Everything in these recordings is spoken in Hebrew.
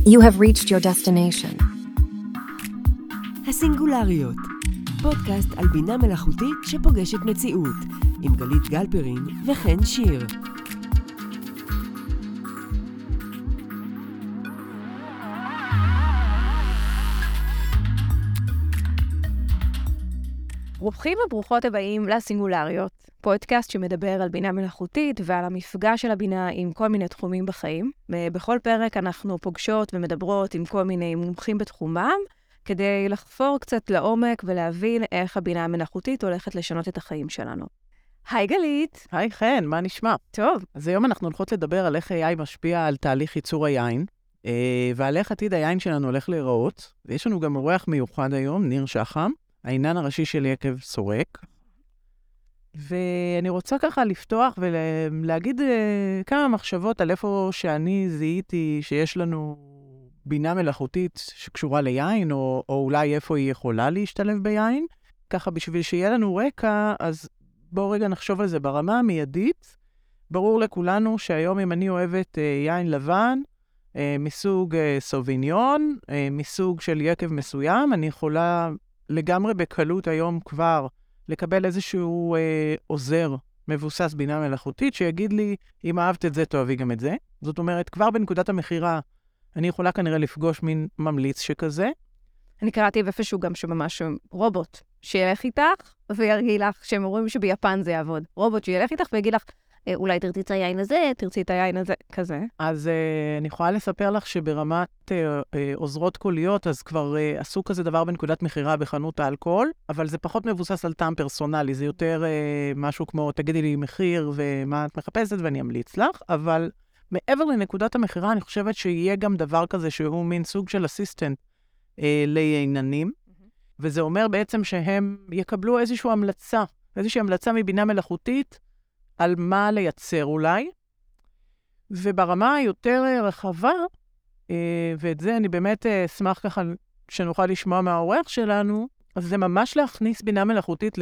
You have reached your destination. הסינגולריות, פודקאסט על בינה מלאכותית שפוגשת מציאות, עם גלית גלפרין וחן שיר. ברוכים וברוכות הבאים לסינגולריות, פודקאסט שמדבר על בינה מלאכותית ועל המפגש של הבינה עם כל מיני תחומים בחיים. בכל פרק אנחנו פוגשות ומדברות עם כל מיני מומחים בתחומם, כדי לחפור קצת לעומק ולהבין איך הבינה המלאכותית הולכת לשנות את החיים שלנו. היי גלית. היי חן, מה נשמע? טוב. אז היום אנחנו הולכות לדבר על איך AI משפיע על תהליך ייצור היין, ועל איך עתיד היין שלנו הולך להיראות. ויש לנו גם אורח מיוחד היום, ניר שחם, העינן הראשי של יקב סורק. ואני רוצה ככה לפתוח ולהגיד כמה מחשבות על איפה שאני זיהיתי שיש לנו בינה מלאכותית שקשורה ליין, או אולי איפה היא יכולה להשתלב ביין. ככה בשביל שיהיה לנו רקע, אז בואו רגע נחשוב על זה ברמה המיידית. ברור לכולנו שהיום אם אני אוהבת יין לבן, מסוג סוביניון, מסוג של יקב מסוים, אני יכולה לגמרי בקלות היום כבר לקבל איזשהו עוזר מבוסס בינה מלאכותית, שיגיד לי, אם אהבת את זה, תאהבי גם את זה. זאת אומרת, כבר בנקודת המחירה, אני יכולה כנראה לפגוש מין ממליץ שכזה. אני קראתי איפשהו גם שממש רובוט שילך איתך וירגיל לך, שהם אומרים שביפן זה יעבוד. רובוט שילך איתך ויגיד לך, אולי תרצי את היין הזה, תרצי את היין הזה, כזה. אז אני יכולה לספר לך שברמת עוזרות קוליות, אז כבר עשו כזה דבר בנקודת מחירה בחנות האלכוהול, אבל זה פחות מבוסס על טעם פרסונלי, זה יותר משהו כמו, תגידי לי מחיר ומה את מחפשת ואני אמליץ לך, אבל מעבר לנקודת המחירה, אני חושבת שיהיה גם דבר כזה שהוא מין סוג של אסיסטנט לייננים, וזה אומר בעצם שהם יקבלו איזושהי המלצה מבינה מלאכותית, על מה לייצר אולי, וברמה היותר רחבה, ואת זה אני באמת אשמח ככה שנוכל לשמוע מהאורח שלנו, אז זה ממש להכניס בינה מלאכותית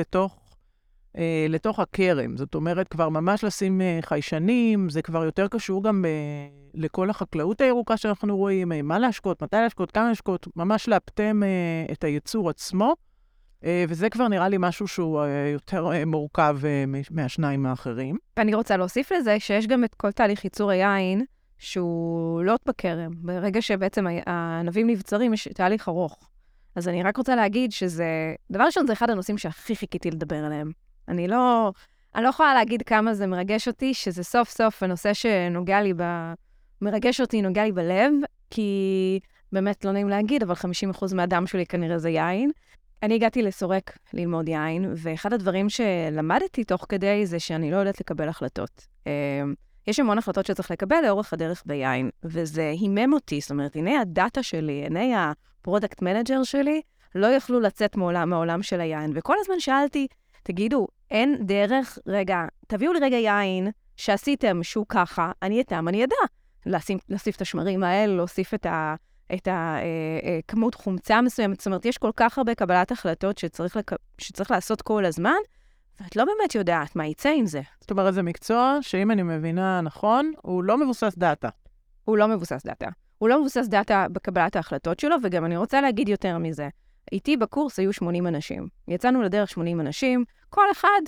לתוך הקרם. זאת אומרת, כבר ממש לשים חיישנים, זה כבר יותר קשור גם לכל החקלאות הירוקה שאנחנו רואים, מה להשקות, מתי להשקות, כמה להשקות, ממש להפטם את הייצור עצמו, וזה כבר נראה לי משהו שהוא יותר מורכב מהשניים האחרים. ואני רוצה להוסיף לזה שיש גם את כל תהליך ייצור היין, שהוא לא בכרם. ברגע שבעצם הענבים נבצרים, יש תהליך ארוך. אז אני רק רוצה להגיד שזה, דבר ראשון, זה אחד הנושאים שהכי חיכיתי לדבר עליהם. אני לא יכולה להגיד כמה זה מרגש אותי, שזה סוף סוף הנושא שנוגע לי מרגש אותי, נוגע לי בלב, כי באמת לא נעים להגיד, אבל 50% מהדם שלי כנראה זה יין. אני הגעתי לסורק ללמוד יין, ואחד הדברים שלמדתי תוך כדי זה שאני לא יודעת לקבל החלטות. יש המון החלטות שצריך לקבל לאורך הדרך ביין, וזה הימם אותי, זאת אומרת, הנה הדאטה שלי, הנה הפרודקט מנג'ר שלי, לא יכלו לצאת מהעולם של היין. וכל הזמן שאלתי, תגידו, אין דרך, רגע, תביאו לי רגע יין שעשיתם שהוא ככה, אני אתם, אני ידע. להוסיף את השמרים האלה, להוסיף את כמות חומצה מסוימת. זאת אומרת, יש כל כך הרבה קבלת החלטות שצריך לעשות כל הזמן, ואת לא באמת יודעת מה יצא עם זה. זאת אומרת, זה מקצוע שאם אני מבינה נכון, הוא לא מבוסס דאטה. הוא לא מבוסס דאטה. הוא לא מבוסס דאטה בקבלת ההחלטות שלו, וגם אני רוצה להגיד יותר מזה. איתי בקורס היו 80 אנשים. יצאנו לדרך 80 אנשים, כל אחד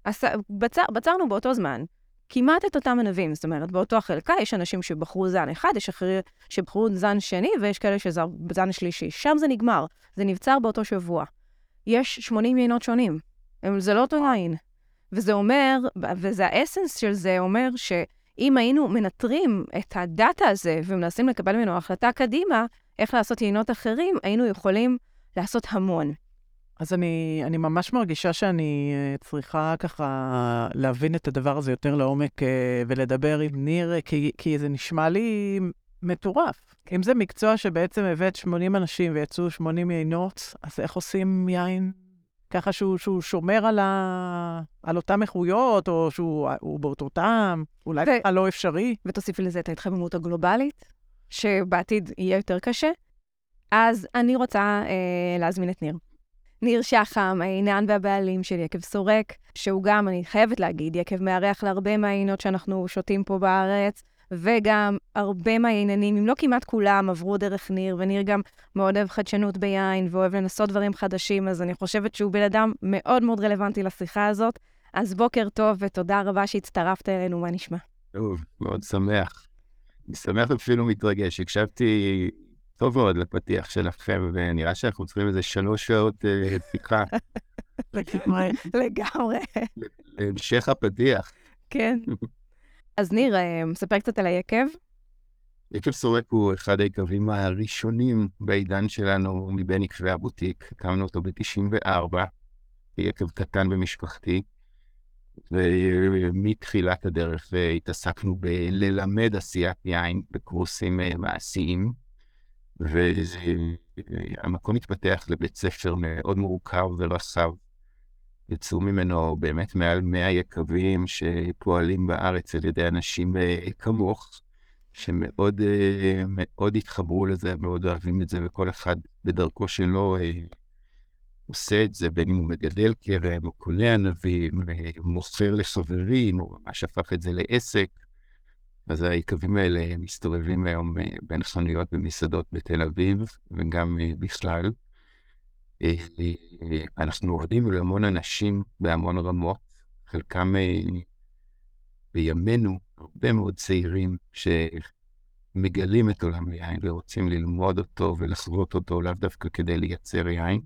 בצרנו באותו זמן. כמעט את אותם ענבים, זאת אומרת, באותו החלקה יש אנשים שבחרו זן אחד, יש אחרים שבחרו זן שני, ויש כאלה שזן שלישי. שם זה נגמר, זה נבצר באותו שבוע. יש 80 יינות שונים, זה לא אותו יין. וזה אומר, וזה האסנס של זה אומר שאם היינו מנטרים את הדאטה הזה, ומנסים לקבל ממנו החלטה קדימה, איך לעשות יינות אחרים, היינו יכולים לעשות המון. אז אני ממש מרגישה שאני צריכה ככה להבין את הדבר הזה יותר לעומק ולדבר עם ניר, כי זה נשמע לי מטורף. אם זה מקצוע שבעצם הבאת 80 אנשים ויצאו 80 יינות, אז איך עושים יין ככה שהוא שומר על אותם איכויות, או שהוא באותו טעם, אולי לא אפשרי? ותוסיפי לזה את ההתחממות הגלובלית, שבעתיד יהיה יותר קשה. אז אני רוצה להזמין את ניר. ניר שחם, העינן והבעלים של יקב סורק, שהוא גם, אני חייבת להגיד, יקב מארח להרבה מהעינות שאנחנו שותים פה בארץ, וגם הרבה מהעניינים, אם לא כמעט כולם, עברו דרך ניר, וניר גם מאוד אוהב חדשנות ביין, ואוהב לנסות דברים חדשים, אז אני חושבת שהוא בן אדם מאוד מאוד רלוונטי לשיחה הזאת. אז בוקר טוב, ותודה רבה שהצטרפת אלינו, מה נשמע? טוב, מאוד שמח. אני שמח אפילו מתרגש. הקשבתי טוב מאוד לפתיח שלכם, ונראה שאנחנו צריכים איזה 3 שעות שיחה. לגמרי. להמשך הפתיח. כן. אז ניר, מספר קצת על היקב? יקב סורק הוא אחד היקבים הראשונים בעידן שלנו מבין יקבי הבוטיק. הקמנו אותו ב-94, יקב קטן במשפחתי, ומתחילת הדרך התעסקנו בללמד עשיית יין בקורסים מעשיים, והמקום התפתח לבית ספר מאוד מורכב ורחב. יצאו ממנו באמת מעל 100 יקבים שפועלים בארץ על ידי אנשים כמוך, שמאוד מאוד התחברו לזה, מאוד אוהבים את זה, וכל אחד בדרכו שלו עושה את זה, בין אם הוא מגדל כרם, או קונה ענבים, מוכר לחברים, או ממש הפך את זה לעסק. אז היקבים האלה מסתובבים היום בין חנויות במסעדות בתל אביב, וגם בכלל. אנחנו עובדים להמון אנשים בהמון רמות, חלקם בימינו, הרבה מאוד צעירים שמגלים את עולם היין ורוצים ללמוד אותו ולחוות אותו, לאו דווקא כדי לייצר יין,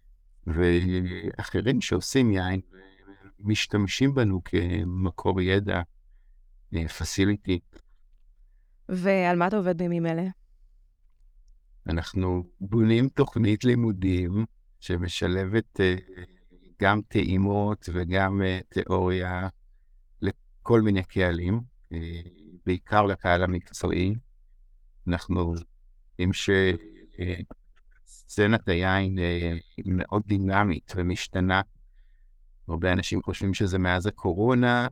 ואחרים שעושים יין ומשתמשים בנו כמקור ידע, פסיליטי. ועל מה אתה עובד בימים אלה? אנחנו בונים תוכנית לימודים שמשלבת גם טעימות וגם תיאוריה לכל מיני קהלים, בעיקר לקהל המקצועי. אנחנו עם שסצנת היין היא מאוד דינמית ומשתנה. הרבה אנשים חושבים שזה מאז הקורונה,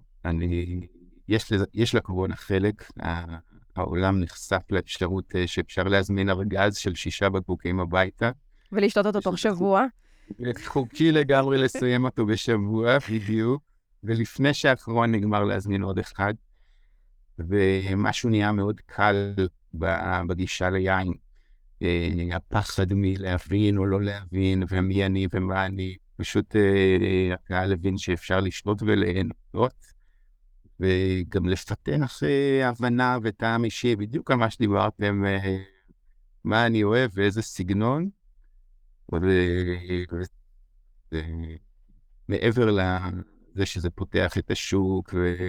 יש לקורונה חלק, העולם נחשף לאפשרות שאפשר להזמין ארגז של 6 בקבוקים הביתה. ולשתות אותו תוך שבוע. חוקי לגמרי לסיים אותו בשבוע, בדיוק. ולפני שהאחרון נגמר להזמין עוד אחד. ומשהו נהיה מאוד קל בגישה ליין. הפחד מלהבין או לא להבין, ומי אני ומה אני. פשוט הקהל הבין שאפשר לשתות וליהנות. וגם לפתח הבנה וטעם אישי, בדיוק על מה שדיברתם, מה אני אוהב ואיזה סגנון, מעבר לזה שזה פותח את השוק,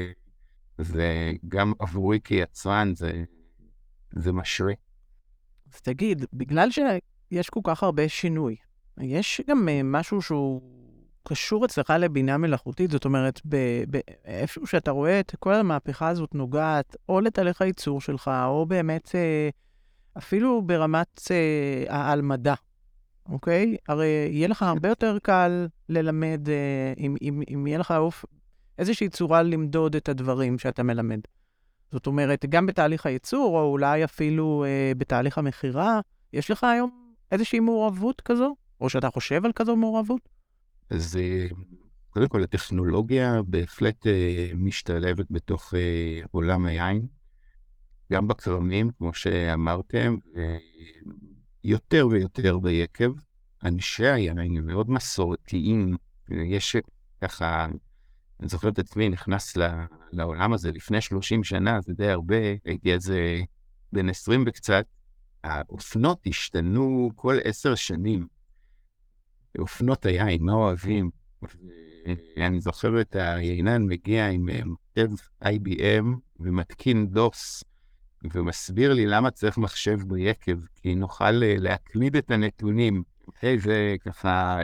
וגם עבורי כיצרן זה משרה. אז תגיד, בגלל שיש כל כך הרבה שינוי, יש גם משהו שהוא קשור אצלך לבינה מלאכותית, זאת אומרת, איפשהו שאתה רואה את כל המהפכה הזאת נוגעת, או לתהליך הייצור שלך, או באמת אפילו ברמת ההלמדה, אוקיי? הרי יהיה לך הרבה יותר קל ללמד, אם יהיה לך איזושהי צורה למדוד את הדברים שאתה מלמד. זאת אומרת, גם בתהליך הייצור, או אולי אפילו בתהליך המחירה, יש לך היום איזושהי מעורבות כזו? או שאתה חושב על כזו מעורבות? אז קודם כל, הטכנולוגיה בהחלט משתלבת בתוך עולם היין, גם בכרמים, כמו שאמרתם, יותר ויותר ביקב. אנשי היין הם מאוד מסורתיים, יש ככה, אני זוכר את עצמי, נכנס לעולם הזה לפני 30 שנה, זה די הרבה, הייתי איזה בין 20 וקצת, האופנות השתנו כל 10 שנים, אופנות היין, מה אוהבים? אני זוכר את היינן מגיע עם מחשב IBM ומתקין דוס, ומסביר לי למה צריך מחשב ביקב, כי נוכל להקליד את הנתונים. זה ככה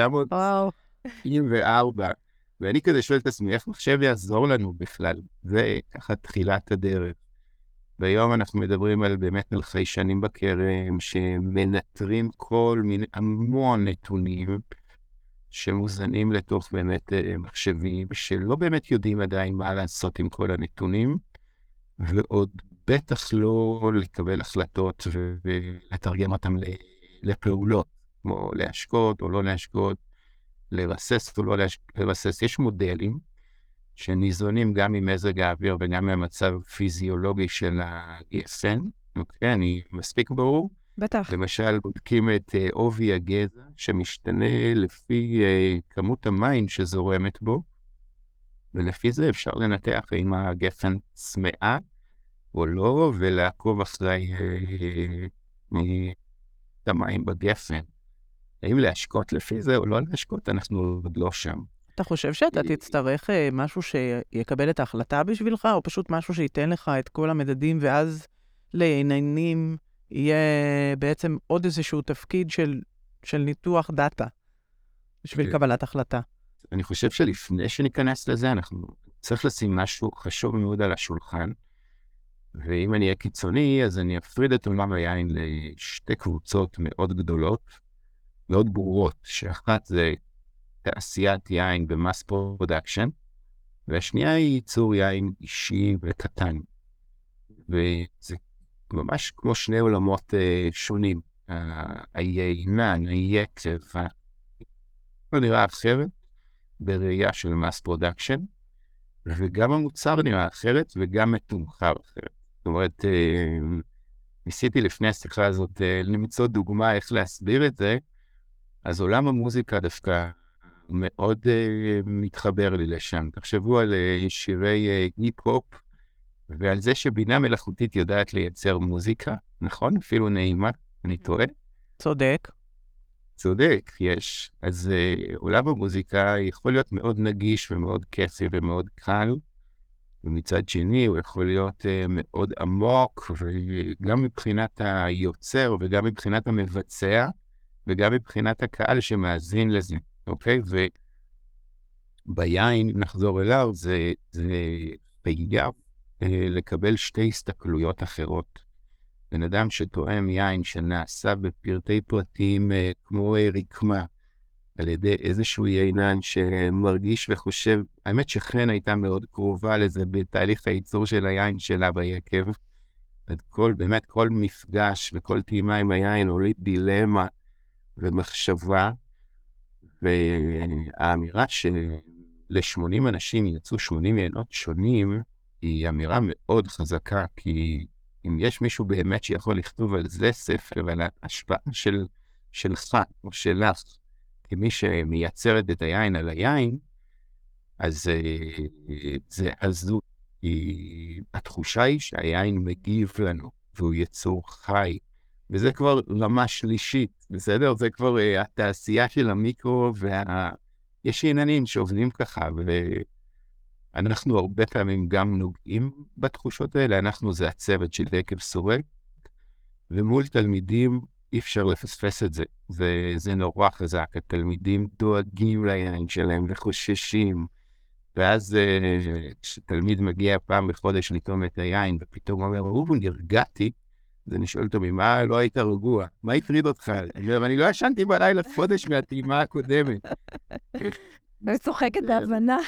1994, ואני כזה שואל את עצמי, איך מחשב יעזור לנו בכלל? זה ככה תחילת הדרך. והיום אנחנו מדברים על באמת על חיישנים בכרם, שמנטרים כל מיני, המון נתונים, שמוזנים לתוך באמת מחשבים, שלא באמת יודעים עדיין מה לעשות עם כל הנתונים, ועוד בטח לא לקבל החלטות ולתרגם אותם לפעולות, כמו להשקות או לא להשקות, לרסס או לא לרסס. יש מודלים שניזונים גם ממזג האוויר וגם מהמצב הפיזיולוגי של ה-ESN. אוקיי, אני מספיק ברור. בטח. למשל, בודקים את עובי הגזע, שמשתנה לפי כמות המים שזורמת בו, ולפי זה אפשר לנתח האם הגפן צמאה או לא, ולעקוב אחרי המים בגפן. האם להשקות לפי זה או לא להשקות, אנחנו עוד לא שם. אתה חושב שאתה תצטרך משהו שיקבל את ההחלטה בשבילך, או פשוט משהו שייתן לך את כל המדדים, ואז לעניינים יהיה בעצם עוד איזשהו תפקיד של ניתוח דאטה בשביל קבלת החלטה? אני חושב שלפני שניכנס לזה, אנחנו צריך לשים משהו חשוב מאוד על השולחן, ואם אני אהיה קיצוני, אז אני אפריד את עולם היין לשתי קבוצות מאוד גדולות, מאוד ברורות, שאחת זה תעשיית יין במאס פרודקשן, והשנייה היא ייצור יין אישי וקטן. וזה ממש כמו שני עולמות שונים. היינן, היקב, לא נראה אחרת בראייה של מאס פרודקשן, וגם המוצר נראה אחרת וגם מתומחר אחרת. זאת אומרת, ניסיתי לפני השיחה הזאת למצוא דוגמה איך להסביר את זה, אז עולם המוזיקה דווקא מאוד מתחבר לי לשם. תחשבו על שירי היפ-הופ, ועל זה שבינה מלאכותית יודעת לייצר מוזיקה, נכון? אפילו נעימה, אני טועה? צודק. צודק, יש. אז עולם המוזיקה יכול להיות מאוד נגיש ומאוד כיפי ומאוד קל, ומצד שני הוא יכול להיות מאוד עמוק, וגם מבחינת היוצר וגם מבחינת המבצע, וגם מבחינת הקהל שמאזין לזה, אוקיי? וביין, נחזור אליו, זה חייב לקבל שתי הסתכלויות אחרות. בן אדם שטועם יין שנעשה בפרטי פרטים כמו רקמה, על ידי איזשהו יינן שמרגיש וחושב, האמת שחן הייתה מאוד קרובה לזה בתהליך הייצור של היין שלה ביקב. באמת כל מפגש וכל טעימה עם היין הוליד דילמה ומחשבה, והאמירה של-80 אנשים יצאו 80 יינות שונים, היא אמירה מאוד חזקה, כי אם יש מישהו באמת שיכול לכתוב על זה ספר, על ההשפעה שלך או שלך, כמי שמייצרת את היין על היין, אז זה הזו. התחושה היא שהיין מגיב לנו, והוא יצור חי, וזה כבר רמה שלישית, בסדר? זה כבר התעשייה של המיקרו, יש עניינים שעובדים ככה, ואנחנו הרבה פעמים גם נוגעים בתחושות האלה, אנחנו זה הצוות של יקב סורק, ומול תלמידים אי אפשר לפספס את זה, וזה נורא חזק, התלמידים דואגים ליין שלהם וחוששים, ואז כשתלמיד מגיע פעם בחודש לטעום את היין, ופתאום אומר, נרגעתי, אז אני שואל אותו, מה לא היית רגוע? מה הפריד אותך? אני לא ישנתי בלילה חודש מהטעימה הקודמת. אני צוחקת בהבנה.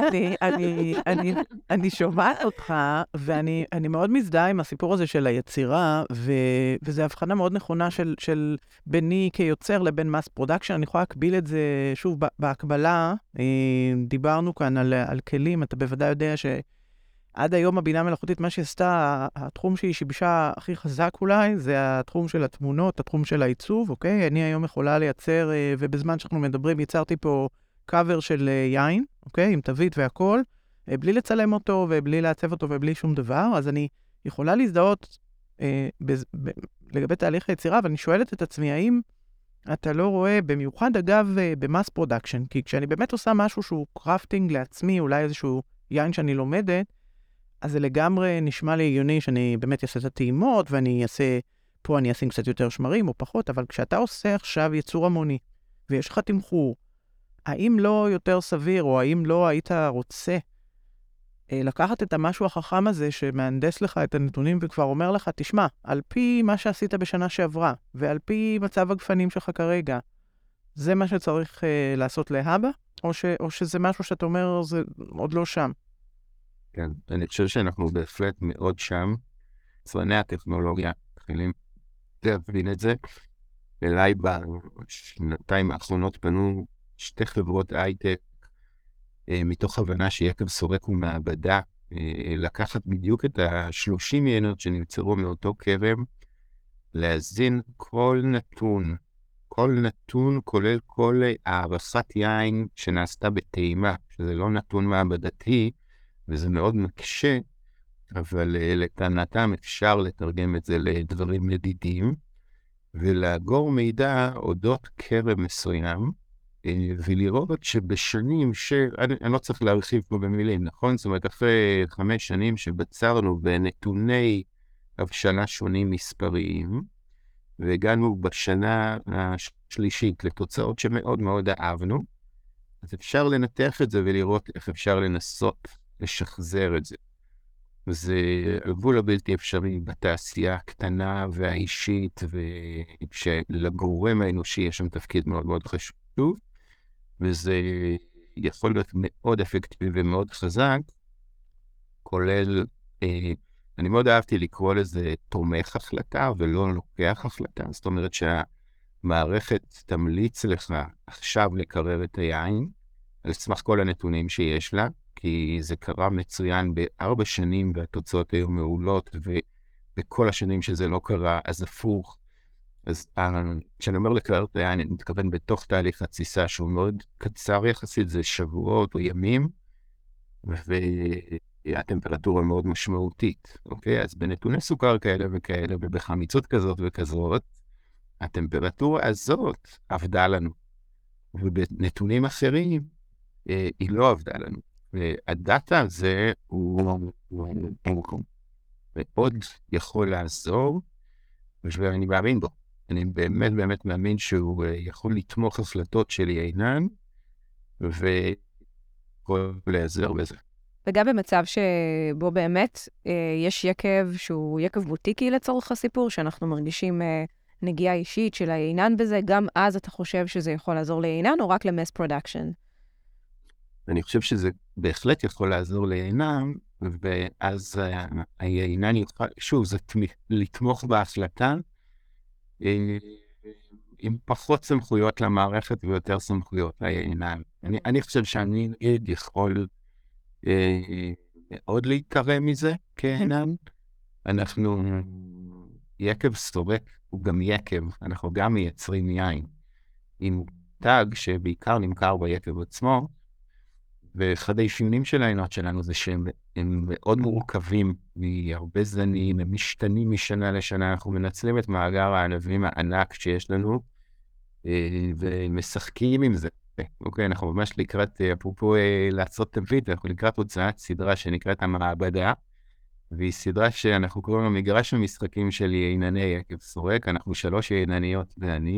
אני שומעת אותך, ואני מאוד מזדהה עם הסיפור הזה של היצירה, וזו הבחנה מאוד נכונה של ביני כיוצר לבין מאס פרודקשן. אני יכולה להקביל את זה, שוב, בהקבלה, דיברנו כאן על כלים, אתה בוודאי יודע שעד היום הבינה המלאכותית, מה שעשתה, התחום שהיא שיבשה הכי חזק אולי, זה התחום של התמונות, התחום של העיצוב, אוקיי? אני היום יכולה לייצר, ובזמן שאנחנו מדברים, יצרתי פה קאבר של יין, אוקיי? עם תווית והכל, בלי לצלם אותו ובלי לעצב אותו ובלי שום דבר, אז אני יכולה להזדהות לגבי תהליך היצירה, אבל אני שואלת את עצמי, האם אתה לא רואה, במיוחד אגב במאס פרודקשן, כי כשאני באמת עושה משהו שהוא קראפטינג לעצמי, אולי איזשהו יין שאני לומדת, אז זה לגמרי נשמע לי הגיוני שאני באמת אעשה את הטעימות, ואני אעשה, פה אני אשים קצת יותר שמרים או פחות, אבל כשאתה עושה עכשיו יצור המוני, ויש לך תמחור, האם לא יותר סביר, או האם לא היית רוצה לקחת את המשהו החכם הזה שמהנדס לך את הנתונים וכבר אומר לך, תשמע, על פי מה שעשית בשנה שעברה, ועל פי מצב הגפנים שלך כרגע, זה מה שצריך לעשות להבא? או שזה משהו שאתה אומר, זה עוד לא שם? כן, אני חושב שאנחנו בהחלט מאוד שם. צפני הטכנולוגיה מתחילים להבין את זה. אליי בשנתיים האחרונות פנו שתי חברות הייטק מתוך הבנה שיקב סורק הוא מעבדה, לקחת בדיוק את ה-30 יינות שנמצאו מאותו כרם, להזין כל נתון, כולל כל הערכת יין שנעשתה בטעימה, שזה לא נתון מעבדתי, וזה מאוד מקשה, אבל לטענתם אפשר לתרגם את זה לדברים מדידים, ולאגור מידע אודות כרם מסוים, ולראות שבשנים אני לא צריך להרחיב פה במילים, נכון? זאת אומרת, אחרי 5 שנים שבצרנו בנתוני הבשלה שונים מספריים, והגענו בשנה השלישית לתוצאות שמאוד מאוד אהבנו, אז אפשר לנתח את זה ולראות איך אפשר לנסות לשחזר את זה. זה הגבול הבלתי אפשרי בתעשייה הקטנה והאישית, ושלגורם האנושי יש שם תפקיד מאוד מאוד חשוב, וזה יכול להיות מאוד אפקטיבי ומאוד חזק, כולל, אני מאוד אהבתי לקרוא לזה תומך החלטה ולא לוקח החלטה, זאת אומרת שהמערכת תמליץ לך עכשיו לקרר את היין, על סמך כל הנתונים שיש לה, כי זה קרה מצוין ב4 שנים והתוצאות היו מעולות, ובכל השנים שזה לא קרה, אז הפוך. אז כשאני אומר לקרר את היין, אני מתכוון בתוך תהליך התסיסה שהוא מאוד קצר יחסית, זה שבועות או ימים, והטמפרטורה מאוד משמעותית, אוקיי? אז בנתוני סוכר כאלה וכאלה, ובחמיצות כזאת וכזאת, הטמפרטורה הזאת עבדה לנו, ובנתונים אחרים היא לא עבדה לנו. והדאטה הזה הוא מאוד יכול לעזור, ואני מאמין בו. אני באמת מאמין שהוא יכול לתמוך החלטות של יינן, ויכול לעזר בזה. וגם במצב שבו באמת יש יקב שהוא יקב בוטיקי לצורך הסיפור, שאנחנו מרגישים נגיעה אישית של היינן בזה, גם אז אתה חושב שזה יכול לעזור ליינן או רק למס פרודקשן? אני חושב שזה בהחלט יכול לעזור ליינן, ואז היינן יוכל, שוב, זה לתמוך בהחלטה, עם פחות סמכויות למערכת ויותר סמכויות ליינן. אני חושב שאני יכול מאוד להתקרב מזה כיינן. אנחנו, יקב סורק הוא גם יקב, אנחנו גם מייצרים יין, עם תג שבעיקר נמכר ביקב עצמו, ואחד האפיונים של העינות שלנו זה שהם מאוד מורכבים מהרבה זנים, הם משתנים משנה לשנה, אנחנו מנצלים את מאגר הענבים הענק שיש לנו, ומשחקים עם זה. אוקיי, אנחנו ממש לקראת, אפרופו לעשות תווית, אנחנו לקראת הוצאת סדרה שנקראת המעבדה, והיא סדרה שאנחנו קוראים לה מגרש המשחקים של יינני יקב סורק, אנחנו 3 יינניות ואני,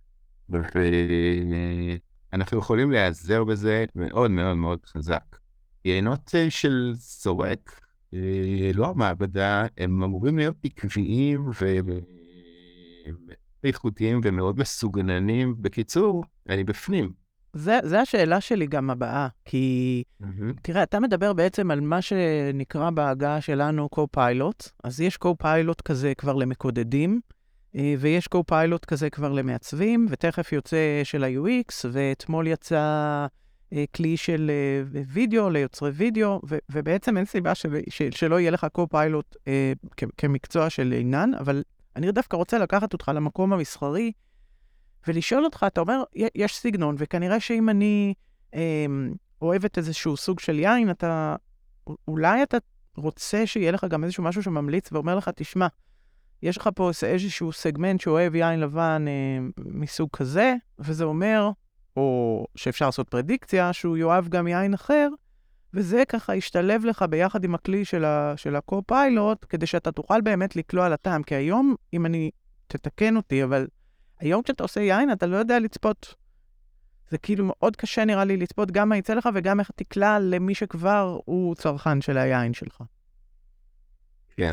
אנחנו יכולים להיעזר בזה מאוד מאוד מאוד חזק. יינות של סורק, לא המעבדה, הם אמורים להיות עקביים ואיכותיים ומאוד מסוגננים. בקיצור, אני בפנים. זה השאלה שלי גם הבאה, כי תראה, אתה מדבר בעצם על מה שנקרא בהגה שלנו קו-פיילוט, אז יש קו-פיילוט כזה כבר למקודדים, ויש קו-פיילוט כזה כבר למעצבים, ותכף יוצא של ה-UX, ואתמול יצא כלי של וידאו, ליוצרי וידאו, ובעצם אין סיבה שלא יהיה לך קו-פיילוט כמקצוע של עינן, אבל אני דווקא רוצה לקחת אותך למקום המסחרי, ולשאול אותך, אתה אומר, יש סגנון, וכנראה שאם אני אוהבת איזשהו סוג של יין, אולי אתה רוצה שיהיה לך גם איזשהו משהו שממליץ ואומר לך, תשמע, יש לך פה איזשהו סגמנט שאוהב יין לבן מסוג כזה, וזה אומר, או שאפשר לעשות פרדיקציה, שהוא יאהב גם יין אחר, וזה ככה ישתלב לך ביחד עם הכלי של הקו-פיילוט, כדי שאתה תוכל באמת לקלוע על הטעם, כי היום, אם אני תתקן אותי, אבל היום כשאתה עושה יין, אתה לא יודע לצפות. זה כאילו מאוד קשה נראה לי לצפות גם מה יצא לך, וגם איך תקלע למי שכבר הוא צרכן של היין שלך. כן.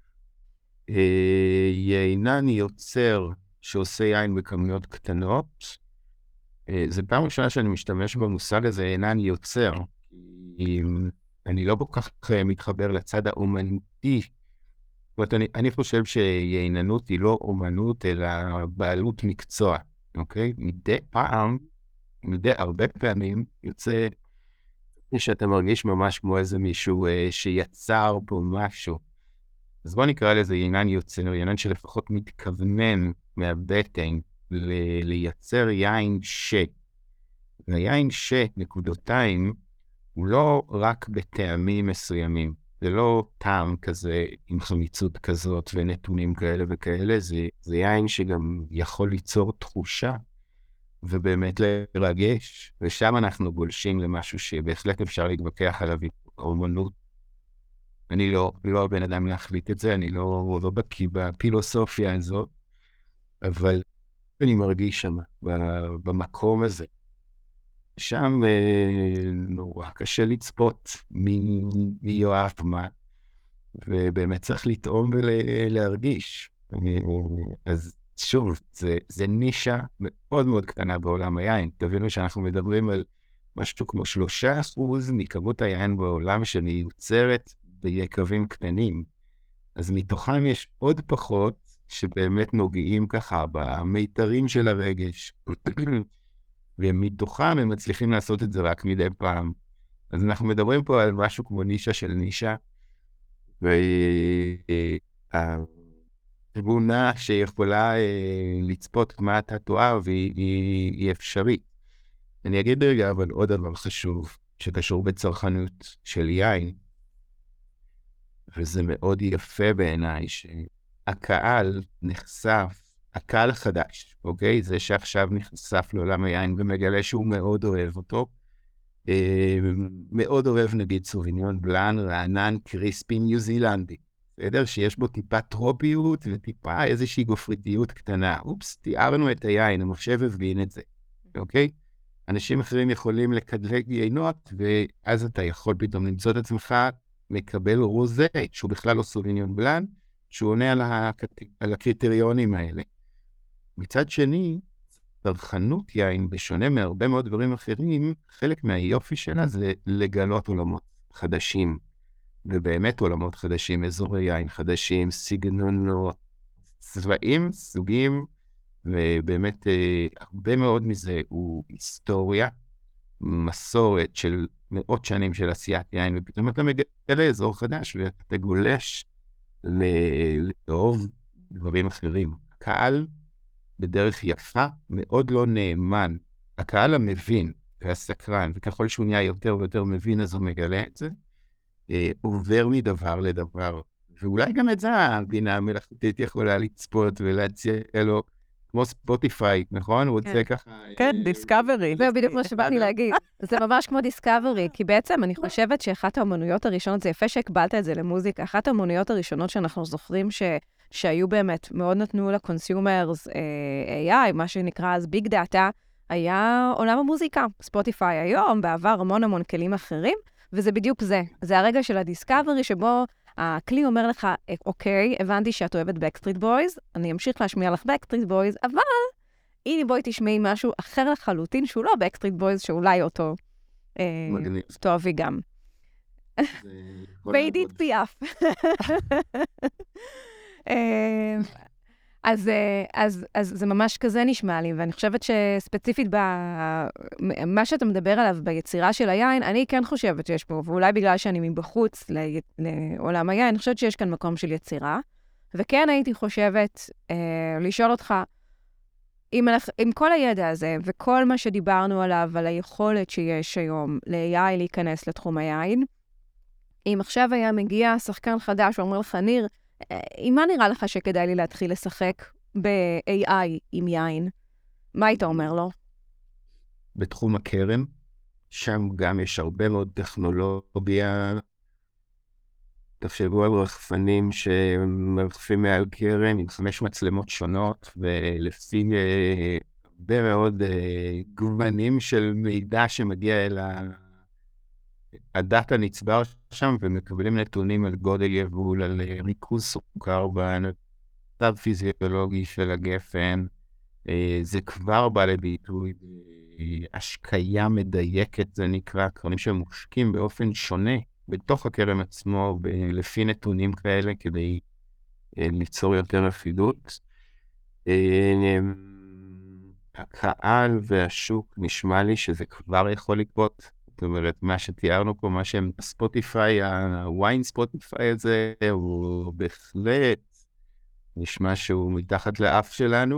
יינן יוצר שעושה יין בכמויות קטנות. זה פעם ראשונה שאני משתמש במושג הזה, יינן יוצר. אני לא כל כך מתחבר לצד האומנותי. זאת אומרת, אני חושב שייננות היא לא אומנות, אלא בעלות מקצוע, אוקיי? מדי הרבה פעמים יוצא שאתה מרגיש ממש כמו איזה מישהו שיצר פה משהו. אז בוא נקרא לזה עניין יוצר, עניין שלפחות מתכוונן מהבטן לייצר יין והיין נקודותיים, הוא לא רק בטעמים מסוימים. זה לא טעם כזה עם חמיצות כזאת ונתונים כאלה וכאלה, זה יין שגם יכול ליצור תחושה ובאמת לרגש, ושם אנחנו גולשים למשהו שבהחלט אפשר להתווכח עליו אומנות. אני לא הבן אדם להחליט את זה, אני לא בקיא בפילוסופיה הזאת, אבל אני מרגיש שם, במקום הזה. שם נורא קשה לצפות מי יואב מה, ובאמת צריך לטעום ולהרגיש. אז שוב, זה נישה מאוד מאוד קטנה בעולם היין. תבינו שאנחנו מדברים על משהו כמו 3% מכמות היין בעולם שמיוצרת ביקבים קטנים. אז מתוכם יש עוד פחות שבאמת נוגעים ככה במיתרים של הרגש. ומתוכם הם מצליחים לעשות את זה רק מדי פעם. אז אנחנו מדברים פה על משהו כמו נישה של נישה, והתבונה שיכולה לצפות מה אתה תאהב היא אפשרית. אני אגיד רגע, אבל עוד דבר חשוב, שקשור בצרכנות של יין, וזה מאוד יפה בעיניי, שהקהל נחשף, הקהל החדש, אוקיי? זה שעכשיו נחשף לעולם היין ומגלה שהוא מאוד אוהב אותו. מאוד אוהב נגיד סוביניון בלאן, רענן, קריספי, ניו זילנדי. בסדר? שיש בו טיפה טרופיות וטיפה איזושהי גופריתיות קטנה. אופס, תיארנו את היין, המחשב הבין את זה. אוקיי? אנשים אחרים יכולים לקדלג יינות, ואז אתה יכול פתאום למצוא את עצמך מקבל רוזה, שהוא בכלל לא סוביניון בלאן, שהוא עונה על הקריטריונים האלה. מצד שני, צרכנות יין, בשונה מהרבה מאוד דברים אחרים, חלק מהיופי שלה זה לגלות עולמות חדשים, ובאמת עולמות חדשים, אזורי יין חדשים, סגנונות, צבעים, סוגים, ובאמת הרבה מאוד מזה הוא היסטוריה, מסורת של מאות שנים של עשיית יין, ופתאום אתה מגלה אזור חדש, ואתה גולש לאהוב דברים אחרים. הקהל בדרך יפה, מאוד לא נאמן. הקהל המבין והסקרן, וככל שהוא נהיה יותר ויותר מבין, אז הוא מגלה את זה, עובר מדבר לדבר. ואולי גם את זה הבינה המלאכותית יכולה לצפות ולהציע לו, כמו ספוטיפיי, נכון? הוא רוצה ככה... כן, דיסקאברי. זה בדיוק מה שבאתי להגיד. זה ממש כמו דיסקאברי, כי בעצם אני חושבת שאחת האמנויות הראשונות, זה יפה שהקבלת את זה למוזיקה, אחת האמנויות הראשונות שאנחנו זוכרים שהיו באמת, מאוד נתנו לקונסיומרס AI, מה שנקרא אז ביג דאטה, היה עולם המוזיקה, ספוטיפיי היום, בעבר המון כלים אחרים, וזה בדיוק זה. זה הרגע של הדיסקאברי שבו הכלי אומר לך, אוקיי, הבנתי שאת אוהבת בקסטריט בויז, אני אמשיך להשמיע לך בקסטריט בויז, אבל הנה בואי תשמעי משהו אחר לחלוטין, שהוא לא בקסטריט בויז, שאולי אותו תאהבי גם. בעידית פיאף. אז זה ממש כזה נשמע לי, ואני חושבת שספציפית מה שאתה מדבר עליו ביצירה של היין, אני כן חושבת שיש פה, ואולי בגלל שאני מבחוץ לעולם היין, אני חושבת שיש כאן מקום של יצירה, וכן הייתי חושבת לשאול אותך, עם כל הידע הזה, וכל מה שדיברנו עליו, על היכולת שיש היום ל-AI להיכנס לתחום היין, אם עכשיו היה מגיע שחקן חדש ואומר לך, ניר, עם מה נראה לך שכדאי לי להתחיל לשחק ב-AI עם יין? מה היית אומר לו? בתחום הכרם, שם גם יש הרבה מאוד טכנולוגיה. תחשבו על רחפנים שמרחפים מעל כרם עם 5 מצלמות שונות, ולפי הרבה מאוד גוונים של מידע שמגיע אל הדאטה נצבר שם, ומקבלים נתונים על גודל יבול, על ריכוז סוכר במצב פיזיולוגי של הגפן. זה כבר בא לביטוי, השקיה מדייקת, זה נקרא, קרנים שמושקים באופן שונה בתוך הכרם עצמו, לפי נתונים כאלה, כדי ליצור יותר אחידות. הקהל והשוק נשמע לי שזה כבר יכול לקרות זאת אומרת, מה שתיארנו פה, מה שהם ספוטיפיי, הוויין ספוטיפיי הזה, הוא בהחלט נשמע שהוא מתחת לאף שלנו.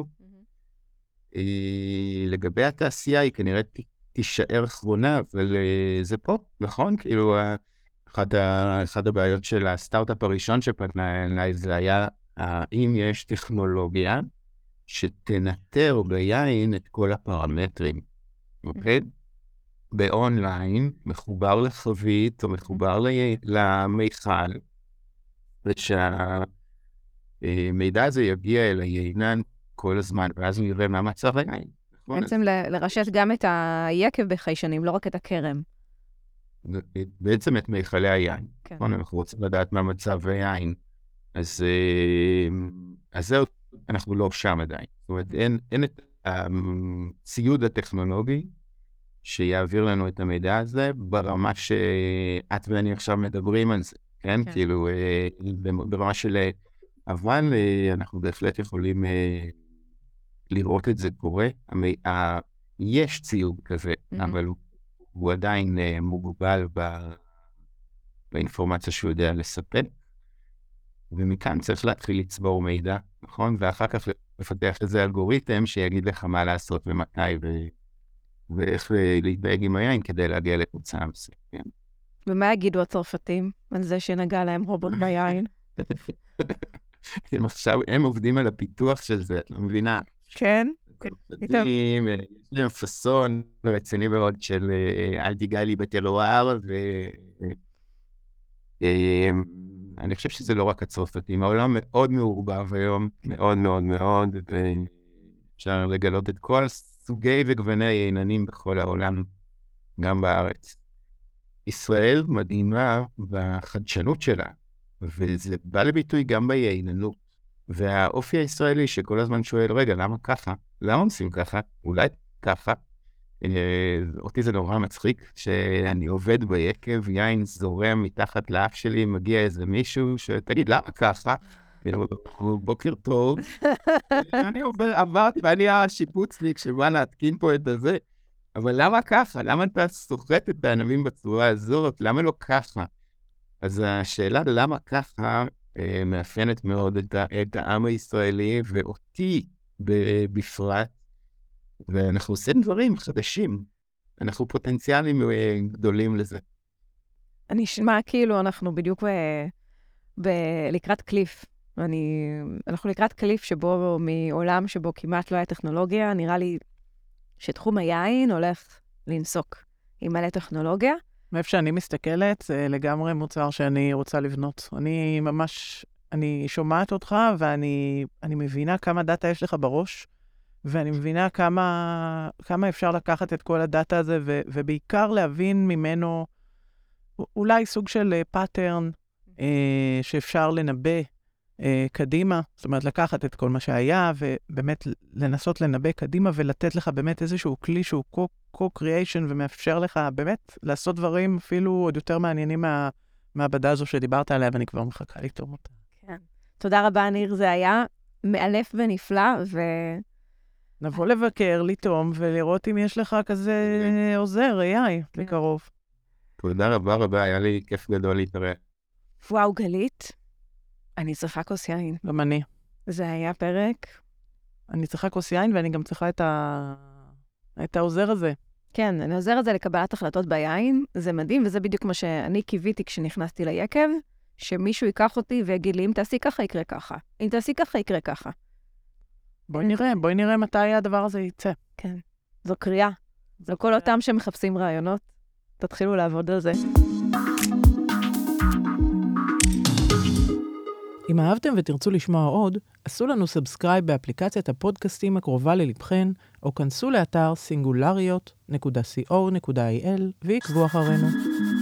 לגבי התעשייה, היא כנראה תישאר אחרונה, אבל זה פה, נכון? כאילו, אחד הבעיות של הסטארט-אפ הראשון שפנה אליי, זה היה, האם יש טכנולוגיה שתנטר ביין את כל הפרמטרים, אוקיי? באונליין, מחובר לחבית או מחובר למיכל, ושהמידע הזה יגיע אל היינן כל הזמן, ואז הוא יראה מה מצב היין. בעצם לרשת גם את היקב בחיישנים, לא רק את הקרם. בעצם את מיכלי היין. כן. אנחנו רוצים לדעת מה מצב היין. אז זהו, אנחנו לא שם עדיין. זאת אומרת, אין את הציוד הטכנולוגי שיעביר לנו את המידע הזה, ברמה שאת ואני עכשיו מדברים על זה, כן? כאילו, ברמה של... אבל אנחנו בהחלט יכולים לראות את זה קורה. יש ציוד כזה, אבל הוא עדיין מוגבל באינפורמציה שהוא יודע לספק, ומכאן צריך להתחיל לצבור מידע, נכון? ואחר כך לפתח איזה אלגוריתם שיגיד לך מה לעשות ומתי ואיך להתבייג עם היין כדי להגיע לתוצאה מסוימת. ומה יגידו הצרפתים על זה שנגע להם רובוט ביין? עכשיו הם עובדים על הפיתוח של זה, את לא מבינה? כן. יש להם פסון רציני מאוד של אל תיגע לי בטלואר, ואני חושב שזה לא רק הצרפתים, העולם מאוד מעורבב היום, מאוד מאוד מאוד, ואפשר לגלות את כל סוגי וגווני הייננים בכל העולם, גם בארץ. ישראל מדהימה בחדשנות שלה, וזה בא לביטוי גם בייננות. והאופי הישראלי שכל הזמן שואל, רגע, למה ככה? למה עושים ככה? אולי ככה? אותי זה נורא מצחיק, שאני עובד ביקב, יין זורם מתחת לאף שלי, מגיע איזה מישהו שתגיד, למה ככה? בוקר טוב. אני עברתי, ואני השיפוצניק שבא להתקין פה את הזה. אבל למה ככה? למה אתה סוחט את הענבים בצורה הזאת? למה לא ככה? אז השאלה למה ככה מאפיינת מאוד את העם הישראלי ואותי בפרט, ואנחנו עושים דברים חדשים. אנחנו פוטנציאלים גדולים לזה. אני אשמע כאילו אנחנו בדיוק לקראת קליף. אנחנו לקראת קליף שבו מעולם שבו כמעט לא היה טכנולוגיה, נראה לי שתחום היין הולך לנסוק עם מלא טכנולוגיה. מאיפה שאני מסתכלת, זה לגמרי מוצר שאני רוצה לבנות. אני שומעת אותך, ואני מבינה כמה דאטה יש לך בראש, ואני מבינה כמה אפשר לקחת את כל הדאטה הזה, ובעיקר להבין ממנו אולי סוג של פאטרן שאפשר לנבא קדימה, זאת אומרת לקחת את כל מה שהיה, ובאמת לנסות לנבא קדימה, ולתת לך באמת איזשהו כלי שהוא co-creation, ומאפשר לך באמת לעשות דברים אפילו עוד יותר מעניינים מהמעבדה הזו שדיברת עליה, ואני כבר מחכה לטעום אותה. כן. תודה רבה, ניר, זה היה מאלף ונפלא, נבוא לבקר, לטעום, ולראות אם יש לך כזה עוזר, AI, בקרוב. תודה רבה רבה, היה לי כיף גדול להתארח. וואו, גלית. אני צריכה כוס יין. גם אני. זה היה פרק. אני צריכה כוס יין, ואני גם צריכה את העוזר הזה. כן, אני עוזר את זה לקבלת החלטות ביין. זה מדהים, וזה בדיוק מה שאני קיוויתי כשנכנסתי ליקב, שמישהו ייקח אותי ויגיד לי, אם תעשי ככה, יקרה ככה. אם תעשי ככה, יקרה ככה. בואי נראה מתי הדבר הזה יצא. כן. זו קריאה. לכל אותם שמחפשים רעיונות, תתחילו לעבוד על זה. אם אהבתם ותרצו לשמוע עוד, עשו לנו סאבסקרייב באפליקציית הפודקאסטים הקרובה ללבכן, או כנסו לאתר singularיות.co.il ועקבו אחרינו.